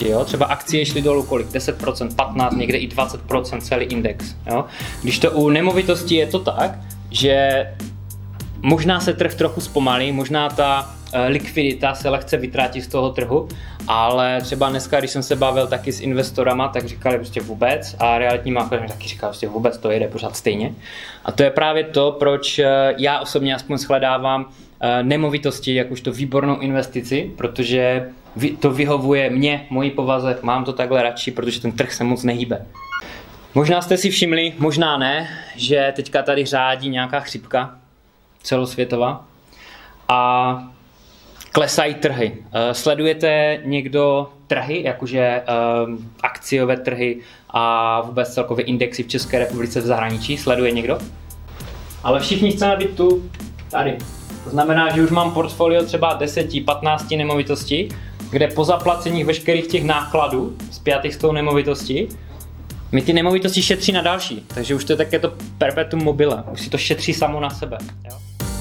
Jo? Třeba akcie šly dolů kolik? 10%, 15%, někde i 20% celý index. Jo? Když to u nemovitostí je to tak, že možná se trh trochu zpomalí, možná ta likvidita se lehce vytratí z toho trhu, ale třeba dneska, když jsem se bavil taky s investorama, tak říkali prostě vůbec a realitní makléři taky říkali prostě vůbec, to jede pořád stejně. A to je právě to, proč já osobně aspoň shledávám nemovitosti jakožto výbornou investici, protože to vyhovuje mě, mojí povaze, mám to takhle radši, protože ten trh se moc nehýbe. Možná jste si všimli, možná ne, že teďka tady řádí nějaká chřipka celosvětová a klesají trhy. Sledujete někdo trhy, jakože akciové trhy a vůbec celkově indexy v České republice v zahraničí? Sleduje někdo? Ale všichni chceme být tu, tady. To znamená, že už mám portfolio třeba 10-15 nemovitostí, kde po zaplacení veškerých těch nákladů spjatých s tou nemovitostí mi ty nemovitosti šetří na další. Takže už to je také to perpetuum mobile. Už si to šetří samo na sebe. Jo?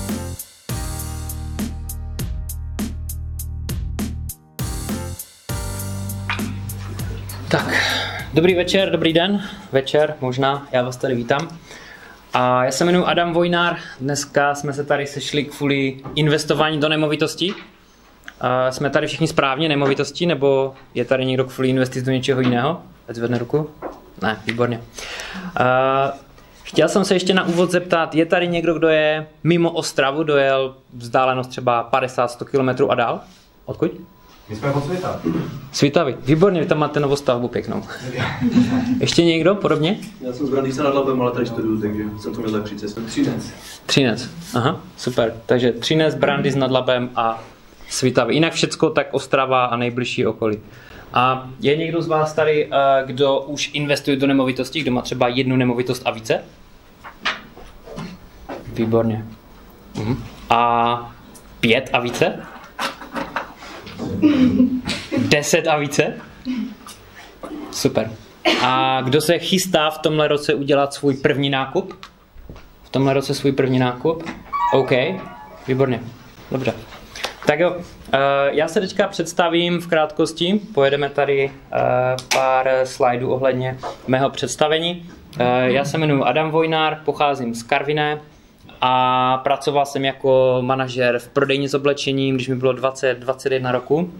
Tak, dobrý večer, dobrý den, večer možná, já vás tady vítám. A já se jmenuji Adam Vojnár, dneska jsme se tady sešli kvůli investování do nemovitostí. Jsme tady všichni správně nemovitostí, nebo je tady někdo kvůli investic do něčeho jiného? Ať zvedne ruku? Ne, výborně. Chtěl jsem se ještě na úvod zeptat, je tady někdo, kdo je mimo Ostravu, dojel vzdálenost třeba 50-100 km a dál? Odkud? My jsme od Svitavy. Svitavy, výborně, vy tam máte novou stavbu pěknou. Ještě někdo podobně? Já jsem z Brandýsa nad Labem, ale tady studuju, takže jsem to měl tak přijít cestou. Třinec, aha, super. Takže Třinec, Brandýs nad Labem a Svitavy. Jinak všecko tak Ostrava a nejbližší okolí. A je někdo z vás tady, kdo už investuje do nemovitostí, kdo má třeba jednu nemovitost a více? Výborně. A 5 a více? 10 a více? Super. A kdo se chystá v tomhle roce udělat svůj první nákup? V tomhle roce svůj první nákup? OK, výborně. Dobře. Tak jo, já se teďka představím v krátkosti. Pojedeme tady pár slajdů ohledně mého představení. Já se jmenuji Adam Vojnár, pocházím z Karviné a pracoval jsem jako manažer v prodejně s oblečením, když mi bylo 21 roku.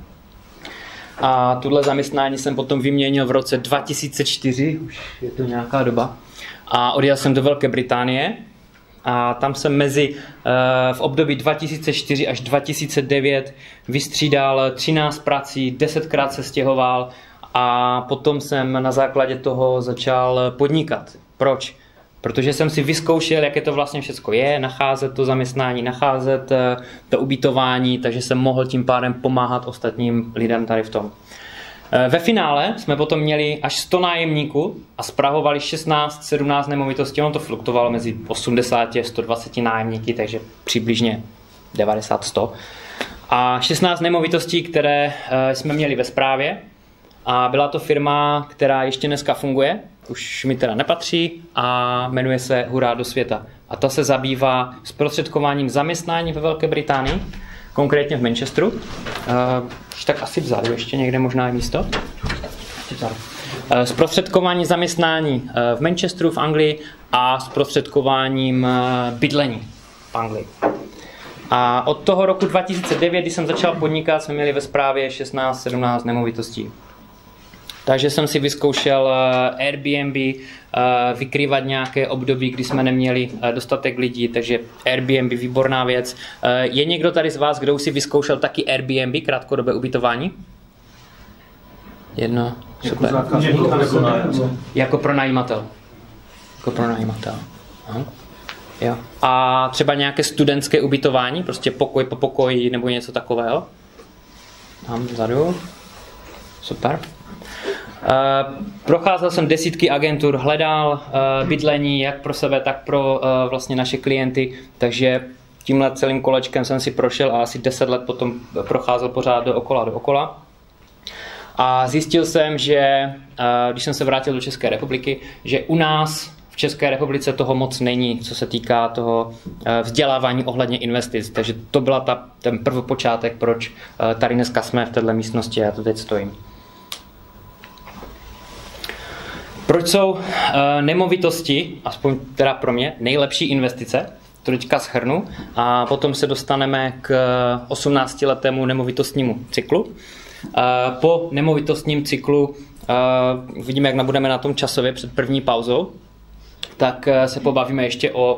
A tuhle zaměstnání jsem potom vyměnil v roce 2004, už je to nějaká doba. A odjel jsem do Velké Británie a tam jsem v období 2004 až 2009 vystřídal 13 prací, 10krát se stěhoval a potom jsem na základě toho začal podnikat. Proč? Protože jsem si vyzkoušel, jaké to vlastně všechno je, nacházet to zaměstnání, nacházet to ubytování, takže jsem mohl tím pádem pomáhat ostatním lidem tady v tom. Ve finále jsme potom měli až 100 nájemníků a spravovali 16-17 nemovitostí. Ono to fluktovalo mezi 80 a 120 nájemníky, takže přibližně 90-100. A 16 nemovitostí, které jsme měli ve správě. A byla to firma, která ještě dneska funguje, už mi teda nepatří a jmenuje se Hurá do světa. A ta se zabývá zprostředkováním zaměstnání ve Velké Británii, konkrétně v Manchesteru. Tak asi vzadu ještě někde možná je místo. Zprostředkování zaměstnání v Manchesteru v Anglii a zprostředkováním bydlení v Anglii. A od toho roku 2009, kdy jsem začal podnikat, jsme měli ve správě 16-17 nemovitostí. Takže jsem si vyzkoušel Airbnb, vykrývat nějaké období, kdy jsme neměli dostatek lidí, takže Airbnb výborná věc. Je někdo tady z vás, kdo už si vyzkoušel taky Airbnb, krátkodobé ubytování? Jedno, super. Jako pronajímatel. Jako pronajímatel. Aha. Jo. A třeba nějaké studentské ubytování, prostě pokoj po pokoji nebo něco takového? Tam vzadu. Super. Procházel jsem desítky agentur, hledal bydlení jak pro sebe, tak pro vlastně naše klienty, takže tímhle celým kolečkem jsem si prošel a asi 10 let potom procházel pořád dookola. A zjistil jsem, že když jsem se vrátil do České republiky, že u nás v České republice toho moc není, co se týká toho vzdělávání ohledně investic. Takže to byla ten prvopočátek, proč tady dneska jsme v této místnosti a já tu teď stojím. Proč jsou nemovitosti, aspoň teda pro mě, nejlepší investice? To teďka shrnu a potom se dostaneme k 18letému nemovitostnímu cyklu. Po nemovitostním cyklu vidíme, jak budeme na tom časově před první pauzou, tak se pobavíme ještě o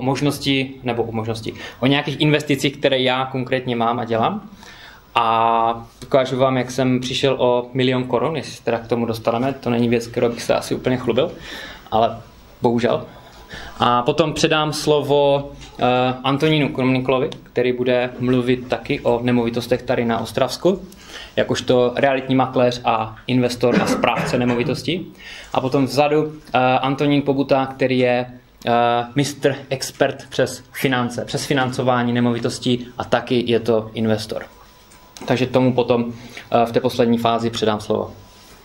o nějakých investicích, které já konkrétně mám a dělám. A ukážu vám, jak jsem přišel o 1 000 000 korun, jestli se teda k tomu dostaneme, to není věc, kterou bych se asi úplně chlubil, ale bohužel. A potom předám slovo Antonínu Krumniklovi, který bude mluvit taky o nemovitostech tady na Ostravsku, jakožto realitní makléř a investor a správce nemovitostí. A potom vzadu Antonín Pobuta, který je mistr expert přes finance, přes financování nemovitostí a taky je to investor. Takže tomu potom v té poslední fázi předám slovo.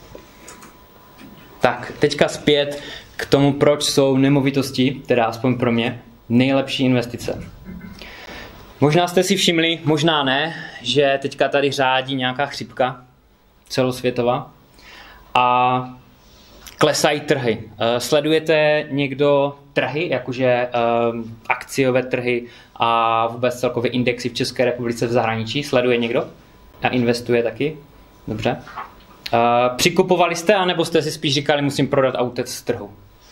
Tak, teďka zpět k tomu, proč jsou nemovitosti, teda aspoň pro mě, nejlepší investice. Možná jste si všimli, možná ne, že teďka tady řádí nějaká chřipka celosvětová a klesají trhy. Sledujete někdo trhy, jakože akciové trhy a vůbec celkově indexy v České republice v zahraničí? Sleduje někdo? A investuje taky? Dobře. Přikupovali jste, anebo jste si spíš říkali, musím prodat a utéct z trhu?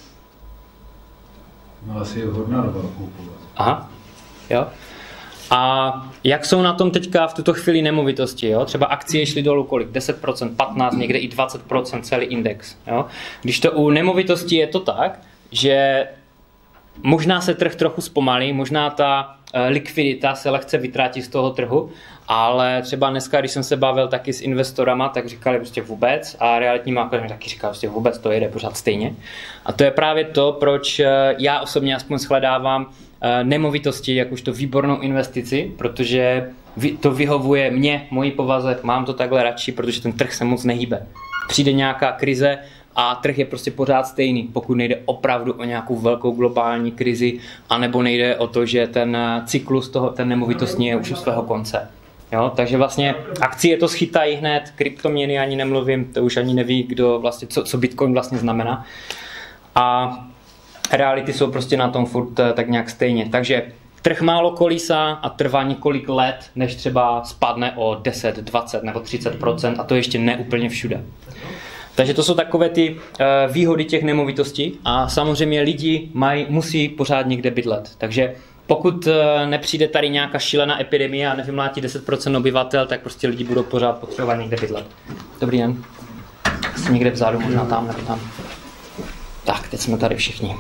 No asi je hodná doba kupovat. Aha, jo. A jak jsou na tom teďka v tuto chvíli nemovitosti? Jo? Třeba akcie šly dolů kolik? 10%, 15%, někde i 20% celý index. Jo? Když to u nemovitosti je to tak, že možná se trh trochu zpomalí, možná ta likvidita se lehce vytratí z toho trhu, ale třeba dneska, když jsem se bavil taky s investorama, tak říkali prostě vůbec a realitní makléř taky říkal prostě vůbec, to jede pořád stejně. A to je právě to, proč já osobně aspoň shledávám nemovitosti jakožto výbornou investici, protože to vyhovuje mě, mojí povaze, mám to takhle radši, protože ten trh se moc nehýbe. Přijde nějaká krize a trh je prostě pořád stejný, pokud nejde opravdu o nějakou velkou globální krizi, anebo nejde o to, že ten cyklus ten nemovitostní je už u svého konce. Jo, takže vlastně akcie to schytají hned, kryptoměny ani nemluvím, to už ani neví, kdo vlastně, co Bitcoin vlastně znamená. A reality jsou prostě na tom furt tak nějak stejně. Takže trh málo kolísá a trvá několik let, než třeba spadne o 10, 20 nebo 30% a to ještě ne úplně všude. Takže to jsou takové ty výhody těch nemovitostí a samozřejmě lidi musí pořád někde bydlet. Takže pokud nepřijde tady nějaká šílená epidemie a nevymlátí 10% obyvatel, tak prostě lidi budou pořád potřebovat někde bydlet. Dobrý den. Asi někde vzadu, možná tam nebo tam. Tak, teď jsme tady všichni.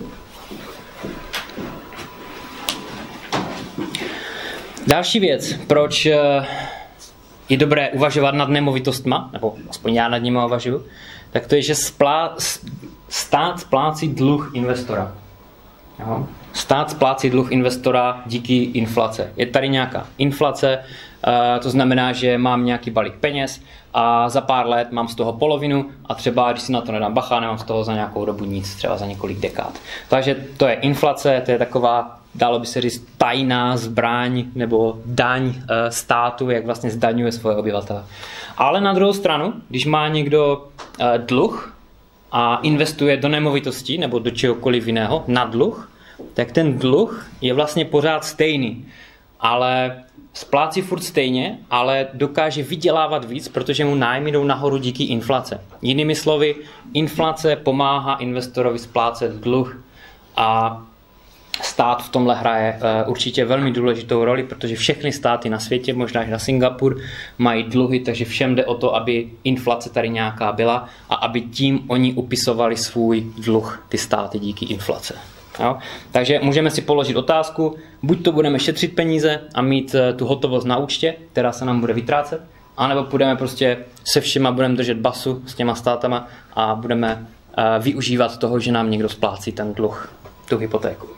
Další věc, proč je dobré uvažovat nad nemovitostma, nebo aspoň já nad nimi uvažuju, tak to je, že stát splácí dluh investora. Jo? Stát splácí dluh investora díky inflace. Je tady nějaká inflace, to znamená, že mám nějaký balík peněz a za pár let mám z toho polovinu a třeba, když si na to nedám bacha, nemám z toho za nějakou dobu nic, třeba za několik dekád. Takže to je inflace, to je taková, dalo by se říct, tajná zbraň nebo daň státu, jak vlastně zdaňuje svoje obyvatele. Ale na druhou stranu, když má někdo dluh a investuje do nemovitostí nebo do čehokoliv jiného na dluh, tak ten dluh je vlastně pořád stejný, ale splácí furt stejně, ale dokáže vydělávat víc, protože mu nájmy jdou nahoru díky inflace. Jinými slovy, inflace pomáhá investorovi splácet dluh a stát v tomhle hraje určitě velmi důležitou roli, protože všechny státy na světě, možná i na Singapur, mají dluhy, takže všem jde o to, aby inflace tady nějaká byla a aby tím oni upisovali svůj dluh, ty státy, díky inflace. Jo? Takže můžeme si položit otázku, buď to budeme šetřit peníze a mít tu hotovost na účtě, která se nám bude vytrácet, anebo půjdeme prostě se všema, budeme držet basu s těma státama a budeme využívat toho, že nám někdo splácí ten dluh, tu hypotéku.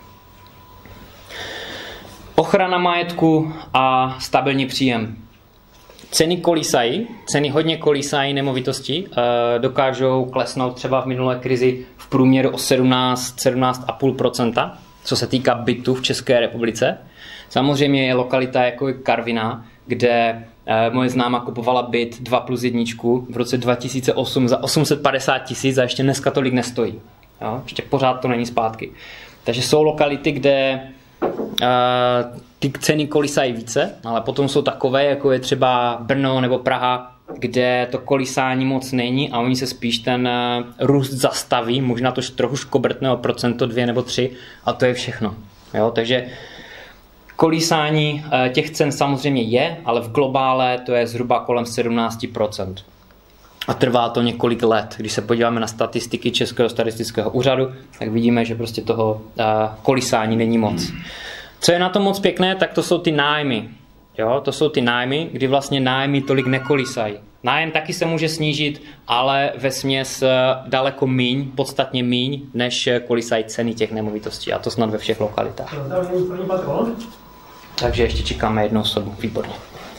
Ochrana majetku a stabilní příjem. Ceny kolísají, ceny hodně kolísají nemovitosti, dokážou klesnout třeba v minulé krizi v průměru o 17,5%, co se týká bytů v České republice. Samozřejmě je lokalita jako je Karviná, kde Moje známa kupovala byt 2+1 v roce 2008 za 850 000 a ještě dneska tolik nestojí. Jo? Ještě pořád to není zpátky. Takže jsou lokality, kde ty ceny kolísají více, ale potom jsou takové, jako je třeba Brno nebo Praha, kde to kolísání moc není a oni se spíš ten růst zastaví, možná to trochu škobrtne o procento 2 nebo 3 a to je všechno. Jo? Takže kolísání těch cen samozřejmě je, ale v globále to je zhruba kolem 17%. A trvá to několik let. Když se podíváme na statistiky Českého statistického úřadu, tak vidíme, že prostě toho kolísání není moc. Co je na tom moc pěkné, tak to jsou ty nájmy. Jo, to jsou ty nájmy, kdy vlastně nájmy tolik nekolísají. Nájem taky se může snížit, ale vesměs daleko míň, podstatně míň, než kolísají ceny těch nemovitostí. A to snad ve všech lokalitách. Takže ještě čekáme jednu osobu. Výborně.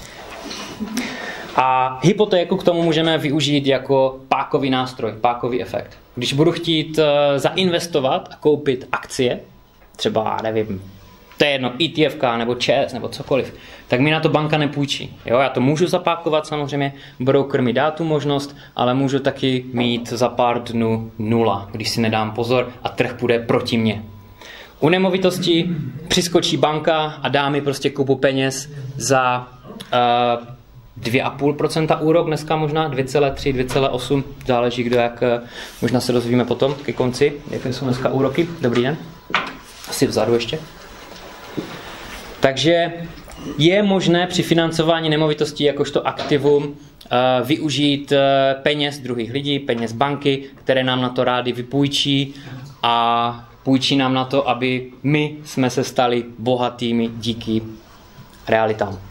A hypotéku k tomu můžeme využít jako pákový nástroj, pákový efekt. Když budu chtít zainvestovat a koupit akcie, třeba, nevím, to je jedno, ETF nebo ČEZ nebo cokoliv, tak mi na to banka nepůjčí. Jo, já to můžu zapákovat samozřejmě, broker mi dá tu možnost, ale můžu taky mít za pár dnů 0, když si nedám pozor a trh půjde proti mně. U nemovitosti přiskočí banka a dá mi prostě kupu peněz za 2,5% úrok, dneska možná 2,3, 2,8, záleží kdo jak, možná se dozvíme potom ke konci, jaké jsou dneska úroky. Dobrý den. Asi vzadu ještě. Takže je možné při financování nemovitostí jakožto aktivum využít peněz druhých lidí, peněz banky, které nám na to rádi vypůjčí a půjčí nám na to, aby my jsme se stali bohatými díky realitám.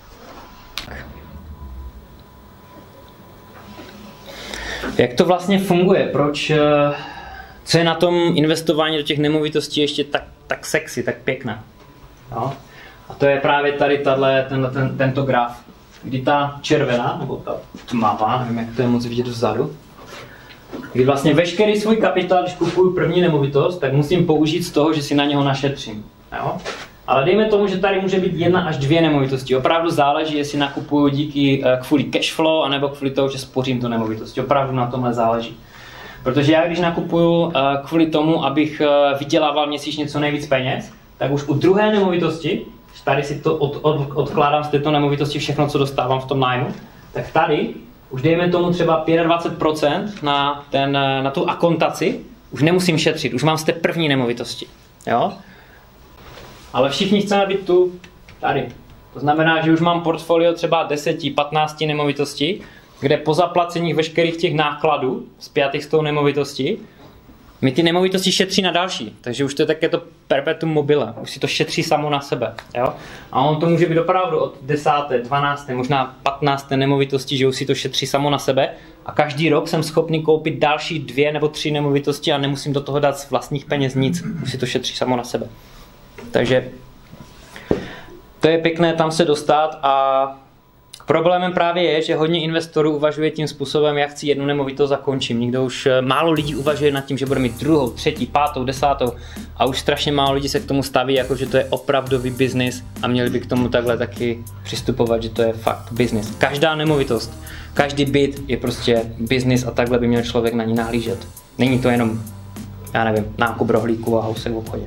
Jak to vlastně funguje? Co je na tom investování do těch nemovitostí ještě tak sexy, tak pěkné? Jo? A to je právě tady tento graf, kdy ta červená, nebo ta tmavá, nevím, jak to je moc vidět vzadu, kdy vlastně veškerý svůj kapitál, když kupuju první nemovitost, tak musím použít z toho, že si na něho našetřím. Jo? Ale dejme tomu, že tady může být 1 až 2 nemovitosti. Opravdu záleží, jestli nakupuju kvůli cash flow, anebo kvůli toho, že spořím tu nemovitost. Opravdu na tomhle záleží. Protože já, když nakupuju kvůli tomu, abych vydělával měsíčně co nejvíc peněz, tak už u druhé nemovitosti, tady si to odkládám z této nemovitosti všechno, co dostávám v tom nájmu, tak tady už dejme tomu třeba 25% na tu akontaci, už nemusím šetřit, už mám z té první nemovitosti. Jo? Ale všichni chceme být tady. To znamená, že už mám portfolio třeba 10-15 nemovitostí, kde po zaplacení veškerých těch nákladů spjatých s tou nemovitostí, mi ty nemovitosti šetří na další. Takže už to je také to perpetuum mobile. Už si to šetří samo na sebe. Jo? A on to může být opravdu od 10., 12., možná 15. nemovitosti, že už si to šetří samo na sebe. A každý rok jsem schopný koupit další 2 nebo 3 nemovitosti a nemusím do toho dát z vlastních peněz nic. Už si to šetří samo na sebe. Takže to je pěkné tam se dostat a problémem právě je, že hodně investorů uvažuje tím způsobem, jak chci jednu nemovitost zakončím. Málo lidí uvažuje nad tím, že bude mít 2., 3., 5., 10. a už strašně málo lidí se k tomu staví, jako že to je opravdový biznis a měli by k tomu takhle taky přistupovat, že to je fakt biznis. Každá nemovitost, každý byt je prostě biznis a takhle by měl člověk na ní nahlížet. Není to jenom, já nevím, nákup rohlíku a housek v obchodě.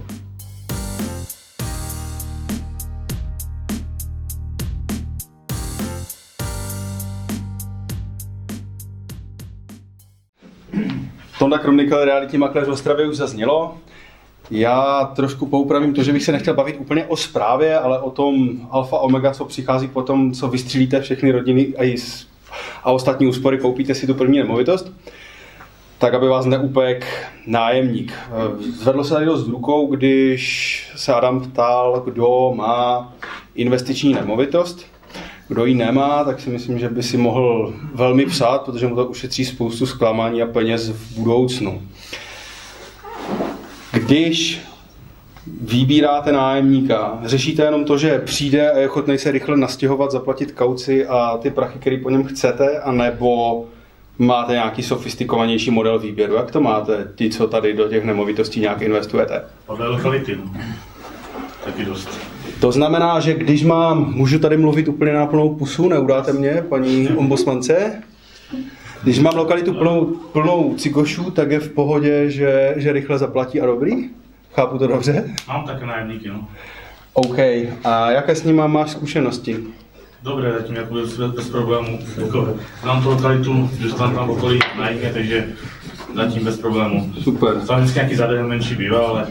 Tonda Krumnikl, realitní makléř v Ostravě, už zaznělo. Já trošku poupravím to, že bych se nechtěl bavit úplně o správě, ale o tom alfa omega, co přichází po tom, co vystřílíte všechny rodiny a ostatní úspory, koupíte si tu první nemovitost, tak aby vás neupek nájemník. Zvedlo se tady dost rukou, když se Adam ptal, kdo má investiční nemovitost. Kdo ji nemá, tak si myslím, že by si mohl velmi psát, protože mu to ušetří spoustu zklamání a peněz v budoucnu. Když vybíráte nájemníka, řešíte jenom to, že přijde a je ochotný se rychle nastěhovat, zaplatit kauci a ty prachy, které po něm chcete, anebo máte nějaký sofistikovanější model výběru? Jak to máte, ti, co tady do těch nemovitostí nějak investujete? Podle lokality, taky dost. To znamená, že když můžu tady mluvit úplně na plnou pusu, neudáte mě, paní ombudsmance? Když mám lokalitu plnou cigošů, tak je v pohodě, že rychle zaplatí a dobrý? Chápu to dobře? Mám také nájemníky, no. OK. A jaké s nimi máš zkušenosti? Dobré, zatím jako bez problémů. Znám tu lokalitu, dostanu tam okolí nájemně, takže zatím bez problémů. Super. Tam vždycky nějaký zadek menší bývá, ale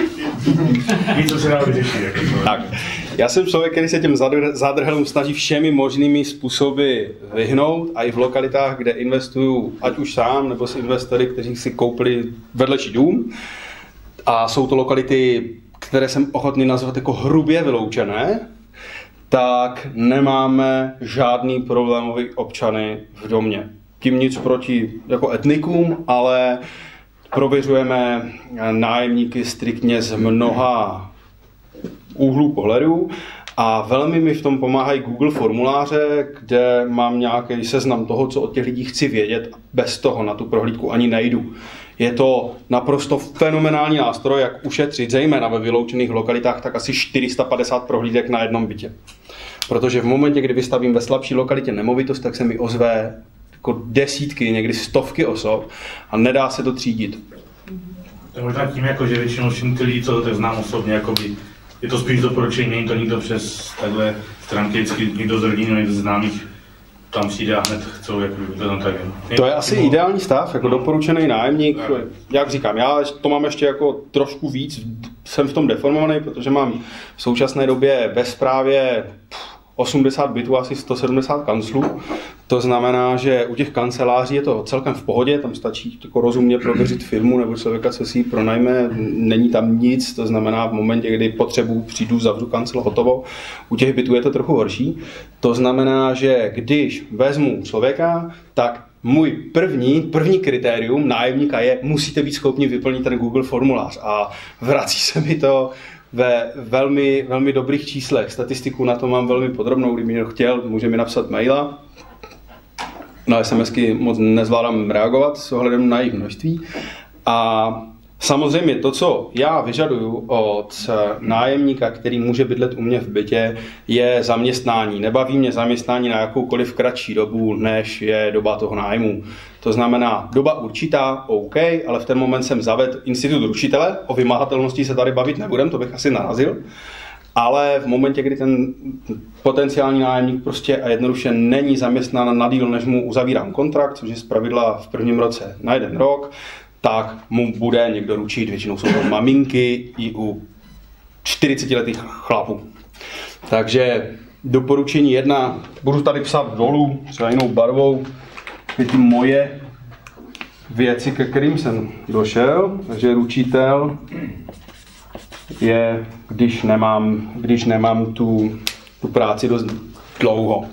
víc, co se dá vyřešit. Tak, já jsem člověk, který se těm zádrhelům snaží všemi možnými způsoby vyhnout a i v lokalitách, kde investuju, ať už sám, nebo s investory, kteří si koupili vedlejší dům. A jsou to lokality, které jsem ochotný nazvat jako hrubě vyloučené, tak nemáme žádný problémový občany v domě. Tím nic proti jako etnikům, ale prověřujeme nájemníky striktně z mnoha úhlů pohledu a velmi mi v tom pomáhají Google formuláře, kde mám nějaký seznam toho, co od těch lidí chci vědět a bez toho na tu prohlídku ani nejdu. Je to naprosto fenomenální nástroj, jak ušetřit, zejména ve vyloučených lokalitách, tak asi 450 prohlídek na jednom bytě. Protože v momentě, kdy vystavím ve slabší lokalitě nemovitost, tak se mi ozve jako desítky, někdy stovky osob a nedá se to třídit. To je možná tím, jako, že většinou všem ty lidi, co to znám osobně, jakoby, je to spíš doporučení, není to nikdo přes takhle stránky, vždycky někdo z rodiny, někdo z známých tam přijde a hned chcou, jak to tam tak je. To je asi ideální stav, jako doporučený nájemník. Jak říkám, já to mám ještě jako trošku víc, jsem v tom deformovaný, protože mám v současné době ve správě 80 bytů, asi 170 kanclů. To znamená, že u těch kanceláří je to celkem v pohodě, tam stačí jako rozumně prověřit firmu nebo člověka, co si ji pronajme, není tam nic, to znamená v momentě, kdy potřebuji, přijdu, zavřu kancel, hotovo. U těch bytů je to trochu horší. To znamená, že když vezmu člověka, tak můj první kritérium nájemníka je, musíte být schopni vyplnit ten Google formulář a vrací se mi to ve velmi, velmi dobrých číslech. Statistiku na to mám velmi podrobnou, kdyby někdo chtěl, může mi napsat maila. Na SMSky moc nezvládám reagovat s ohledem na jejich množství. A samozřejmě to, co já vyžaduju od nájemníka, který může bydlet u mě v bytě, je zaměstnání. Nebaví mě zaměstnání na jakoukoliv kratší dobu, než je doba toho nájmu. To znamená, doba určitá, OK, ale v ten moment jsem zavedl institut ručitele, o vymahatelnosti se tady bavit nebudem, to bych asi narazil. Ale v momentě, kdy ten potenciální nájemník prostě a jednoduše není zaměstnán na díl, než mu uzavírám kontrakt, což je zpravidla v prvním roce na 1 rok, tak mu bude někdo ručit, většinou jsou to maminky i u 40letých chlapů. Takže doporučení 1, budu tady psát dolů, třeba jinou barvou, ty moje věci, ke kterým jsem došel, takže ručitel je, když nemám tu práci dost dlouho.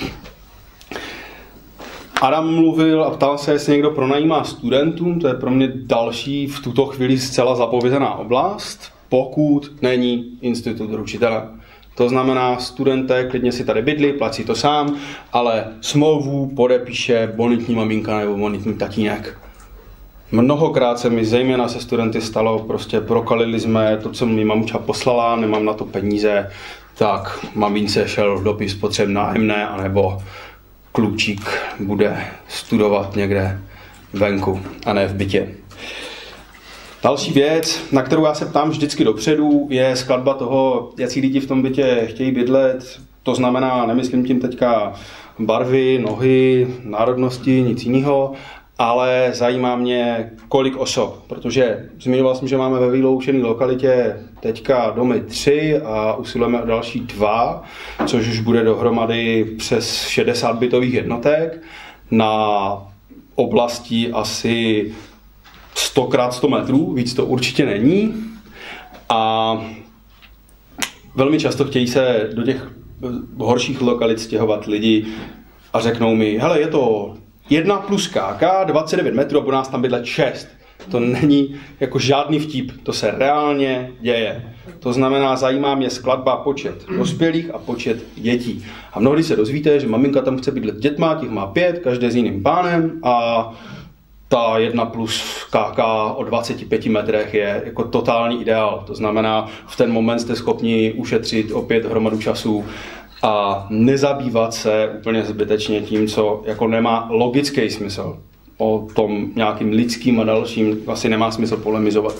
Adam mluvil a ptal se, jestli někdo pronajímá studentům, to je pro mě další v tuto chvíli zcela zapovězená oblast, pokud není institut ručitele. To znamená, studenté klidně si tady bydlí, platí to sám, ale smlouvu podepíše bonitní maminka nebo bonitní tatínek. Mnohokrát se mi zejména se studenty stalo, prostě prokalili jsme to, co mi mamuča poslala, nemám na to peníze, tak mamince šel dopis potřeb nájemné, anebo klučík bude studovat někde venku a ne v bytě. Další věc, na kterou já se ptám vždycky dopředu, je skladba toho, jaký lidi v tom bytě chtějí bydlet. To znamená, nemyslím tím teďka barvy, nohy, národnosti, nic jiného, ale zajímá mě, kolik osob, protože zmiňoval jsem, že máme ve vyloučené lokalitě teďka domy 3 a usilujeme o další 2, což už bude dohromady přes 60 bytových jednotek na oblasti asi 100x100 metrů, víc to určitě není. A velmi často chtějí se do těch horších lokalit stěhovat lidi a řeknou mi, hele, je to 1 plus KK, 29 metrů a bude nás tam bydlet 6. To není jako žádný vtip, to se reálně děje. To znamená, zajímá mě skladba počet dospělých a počet dětí. A mnohdy se dozvíte, že maminka tam chce bydlet s dětma, těch má 5, každý s jiným pánem a ta 1 plus KK o 25 metrech je jako totální ideál. To znamená, v ten moment jste schopni ušetřit opět hromadu času a nezabývat se úplně zbytečně tím, co jako nemá logický smysl. O tom nějakým lidským a dalším asi nemá smysl polemizovat.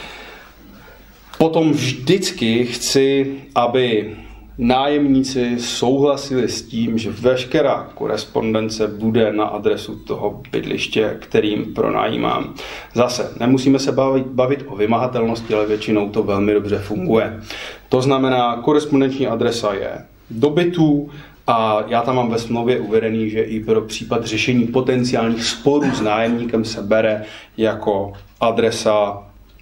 Potom vždycky chci, aby nájemníci souhlasili s tím, že veškerá korespondence bude na adresu toho bydliště, kterým pronajímám. Zase, nemusíme se bavit o vymahatelnosti, ale většinou to velmi dobře funguje. To znamená, korespondenční adresa je do bytu a já tam mám ve smlouvě uvedený, že i pro případ řešení potenciálních sporů s nájemníkem se bere jako adresa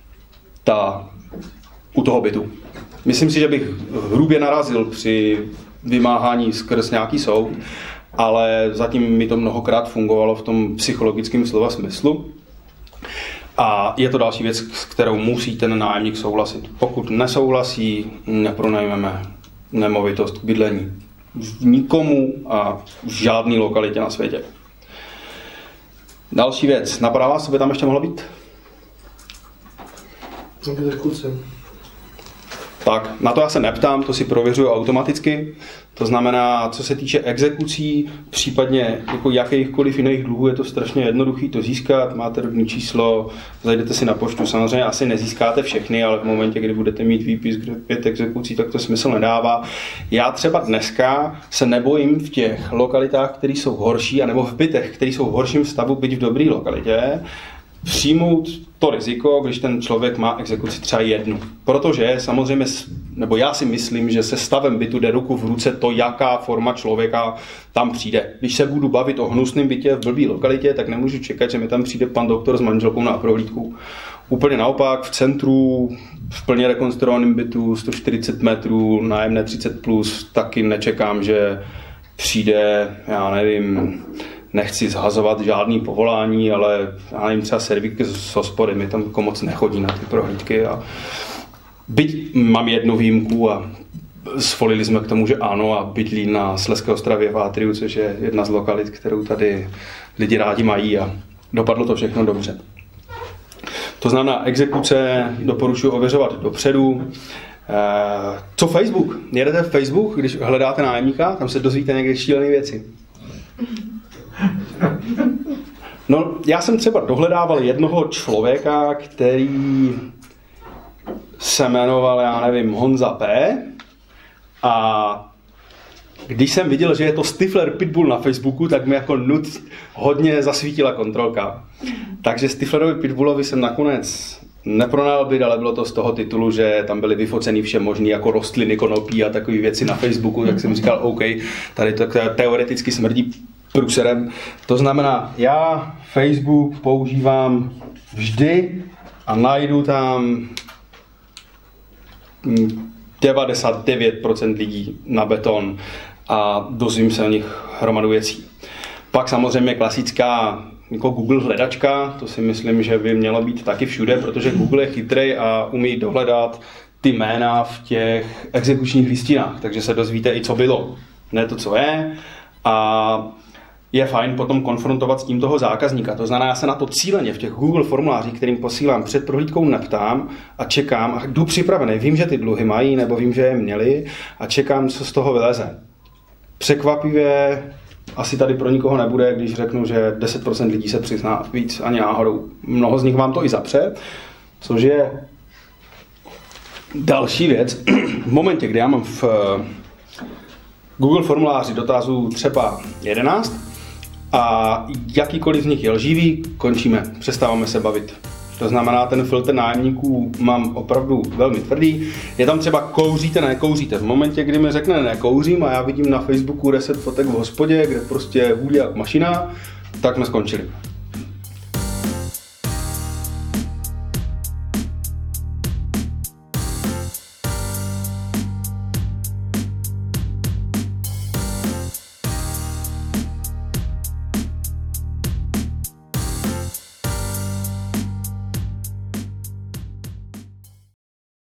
u toho bytu. Myslím si, že bych hrubě narazil při vymáhání skrz nějaký soud, ale zatím mi to mnohokrát fungovalo v tom psychologickém slova smyslu. A je to další věc, s kterou musí ten nájemník souhlasit. Pokud nesouhlasí, nepronajmeme nemovitost k bydlení. Nikomu a v žádné lokalitě na světě. Další věc. Napadá vás, co by tam ještě mohlo být? Exekuce. Tak, na to já se neptám, to si prověřuju automaticky. To znamená, co se týče exekucí, případně jako jakýchkoliv jiných dluhů, je to strašně jednoduchý to získat. Máte rodné číslo, zajdete si na poštu, samozřejmě asi nezískáte všechny, ale v momentě, kdy budete mít výpis, kde 5 exekucí, tak to smysl nedává. Já třeba dneska se nebojím v těch lokalitách, které jsou horší, anebo v bytech, které jsou v horším stavu, byť v dobré lokalitě, přijmout to riziko, když ten člověk má exekuci třeba 1. Protože samozřejmě, nebo já si myslím, že se stavem bytu jde ruku v ruce to, jaká forma člověka tam přijde. Když se budu bavit o hnusném bytě v blbý lokalitě, tak nemůžu čekat, že mi tam přijde pan doktor s manželkou na prohlídku. Úplně naopak, v centru, v plně rekonstruovaném bytu, 140 metrů, nájemné 30+, taky nečekám, že přijde, já nevím, nechci zhazovat žádný povolání, ale já nevím, třeba servík z hospody, mi tam moc nechodí na ty prohlídky. A byť mám jednu výjimku a svolili jsme k tomu, že ano, a bydlí na Slezské Ostravě v Atriu, což je jedna z lokalit, kterou tady lidi rádi mají a dopadlo to všechno dobře. To znamená, exekuce doporučuji ověřovat dopředu. Co Facebook? Jedete v Facebook, když hledáte nájemníka, tam se dozvíte někde šílené věci. No, já jsem třeba dohledával jednoho člověka, který se jmenoval, já nevím, Honza P. A když jsem viděl, že je to Stifler Pitbull na Facebooku, tak mi jako hodně zasvítila kontrolka. Takže Stiflerovi Pitbullovi jsem nakonec nepronajal byt, ale bylo to z toho titulu, že tam byly vyfocený vše možný jako rostliny, konopí a takové věci na Facebooku, tak jsem říkal, OK, tady to teoreticky smrdí průserem. To znamená, já Facebook používám vždy a najdu tam 99% lidí na beton a dozvím se o nich hromadu věcí. Pak samozřejmě klasická jako Google hledačka, to si myslím, že by mělo být taky všude, protože Google je chytrej a umí dohledat ty jména v těch exekučních listinách, takže se dozvíte i co bylo, ne to, co je. A je fajn potom konfrontovat s tím toho zákazníka. To znamená, já se na to cíleně v těch Google formulářích, kterým posílám před prohlídkou, neptám a čekám a jdu připravený. Vím, že ty dluhy mají, nebo vím, že je měli a čekám, co z toho vyleze. Překvapivě asi tady pro nikoho nebude, když řeknu, že 10% lidí se přizná víc ani náhodou. Mnoho z nich vám to i zapře, což je další věc. V momentě, kdy já mám v Google formuláři dotazů třeba 11 a jakýkoliv z nich je lživý, končíme, přestáváme se bavit. To znamená, ten filtr nájemníků mám opravdu velmi tvrdý. Je tam třeba kouříte, nekouříte. V momentě, kdy mi řekne nekouřím a já vidím na Facebooku 10 fotek v hospodě, kde prostě vůdí jak mašina, tak jsme skončili.